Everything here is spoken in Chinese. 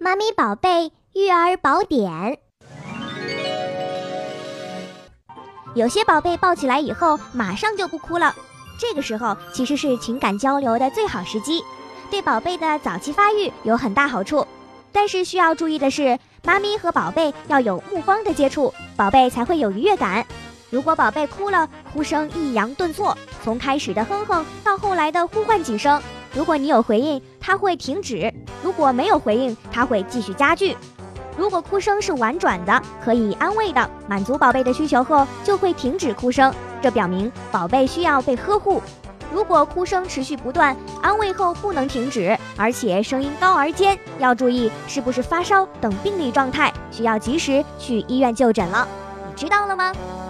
妈咪宝贝育儿宝典。有些宝贝抱起来以后马上就不哭了，这个时候其实是情感交流的最好时机，对宝贝的早期发育有很大好处。但是需要注意的是，妈咪和宝贝要有目光的接触，宝贝才会有愉悦感。如果宝贝哭了，哭声抑扬顿挫，从开始的哼哼到后来的呼唤几声，如果你有回应，它会停止；如果没有回应，它会继续加剧。如果哭声是婉转的，可以安慰的，满足宝贝的需求后，就会停止哭声，这表明宝贝需要被呵护。如果哭声持续不断，安慰后不能停止，而且声音高而尖，要注意是不是发烧等病理状态，需要及时去医院就诊了。你知道了吗？